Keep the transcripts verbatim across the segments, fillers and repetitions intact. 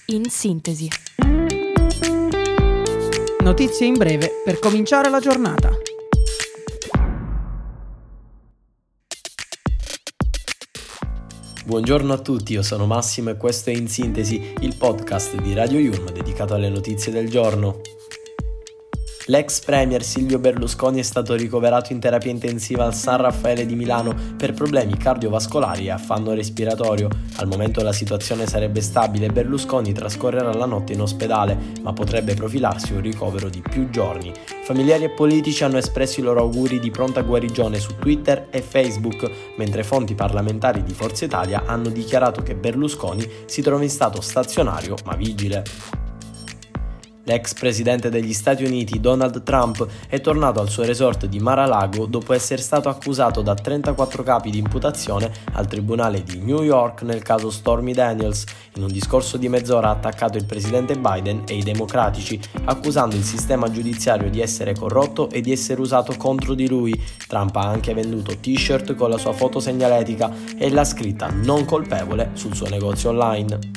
In sintesi. Notizie in breve per cominciare la giornata. Buongiorno a tutti, io sono Massimo e questo è In Sintesi, il podcast di Radio Yulm dedicato alle notizie del giorno. L'ex premier Silvio Berlusconi è stato ricoverato in terapia intensiva al San Raffaele di Milano per problemi cardiovascolari e affanno respiratorio. Al momento la situazione sarebbe stabile e Berlusconi trascorrerà la notte in ospedale, ma potrebbe profilarsi un ricovero di più giorni. Familiari e politici hanno espresso i loro auguri di pronta guarigione su Twitter e Facebook, mentre fonti parlamentari di Forza Italia hanno dichiarato che Berlusconi si trova in stato stazionario ma vigile. L'ex presidente degli Stati Uniti, Donald Trump, è tornato al suo resort di Mar-a-Lago dopo essere stato accusato da trentaquattro capi di imputazione al tribunale di New York nel caso Stormy Daniels. In un discorso di mezz'ora ha attaccato il presidente Biden e i democratici, accusando il sistema giudiziario di essere corrotto e di essere usato contro di lui. Trump ha anche venduto t-shirt con la sua foto segnaletica e la scritta "non colpevole" sul suo negozio online.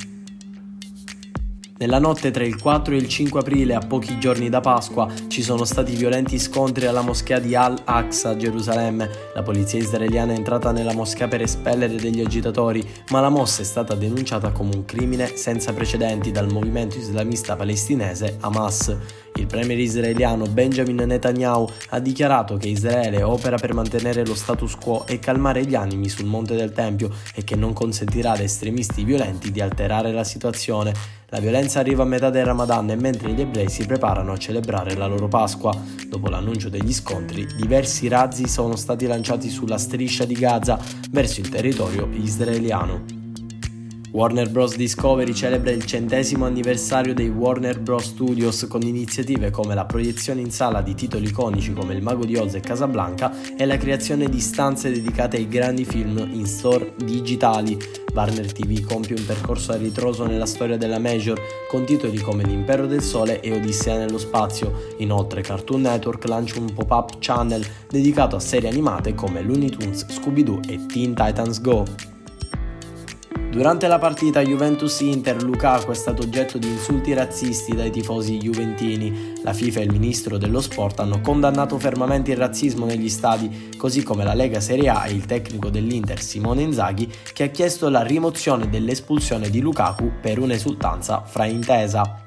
Nella notte tra il quattro e il cinque aprile, a pochi giorni da Pasqua, ci sono stati violenti scontri alla moschea di Al-Aqsa a Gerusalemme. La polizia israeliana è entrata nella moschea per espellere degli agitatori, ma la mossa è stata denunciata come un crimine senza precedenti dal movimento islamista palestinese Hamas. Il premier israeliano Benjamin Netanyahu ha dichiarato che Israele opera per mantenere lo status quo e calmare gli animi sul Monte del Tempio e che non consentirà ad estremisti violenti di alterare la situazione. La violenza arriva a metà del Ramadan e mentre gli ebrei si preparano a celebrare la loro Pasqua. Dopo l'annuncio degli scontri, diversi razzi sono stati lanciati sulla striscia di Gaza verso il territorio israeliano. Warner Bros. Discovery celebra il centesimo anniversario dei Warner Bros. Studios con iniziative come la proiezione in sala di titoli iconici come Il Mago di Oz e Casablanca e la creazione di stanze dedicate ai grandi film in store digitali. Warner ti vu compie un percorso a ritroso nella storia della Major con titoli come L'Impero del Sole e Odissea nello spazio. Inoltre Cartoon Network lancia un pop-up channel dedicato a serie animate come Looney Tunes, Scooby-Doo e Teen Titans Go! Durante la partita Juventus-Inter, Lukaku è stato oggetto di insulti razzisti dai tifosi juventini. La FIFA e il ministro dello sport hanno condannato fermamente il razzismo negli stadi, così come la Lega Serie A e il tecnico dell'Inter Simone Inzaghi, che ha chiesto la rimozione dell'espulsione di Lukaku per un'esultanza fraintesa.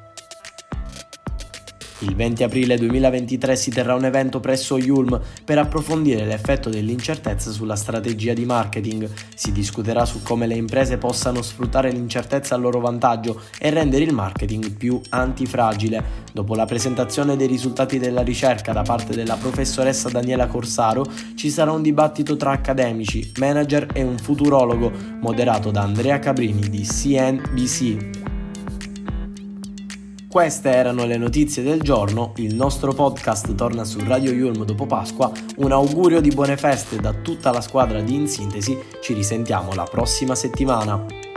Il venti aprile duemilaventitré si terrà un evento presso Yulm per approfondire l'effetto dell'incertezza sulla strategia di marketing. Si discuterà su come le imprese possano sfruttare l'incertezza a loro vantaggio e rendere il marketing più antifragile. Dopo la presentazione dei risultati della ricerca da parte della professoressa Daniela Corsaro, ci sarà un dibattito tra accademici, manager e un futurologo, moderato da Andrea Cabrini di C N B C. Queste erano le notizie del giorno, il nostro podcast torna su Radio Yulm dopo Pasqua, un augurio di buone feste da tutta la squadra di In Sintesi, ci risentiamo la prossima settimana.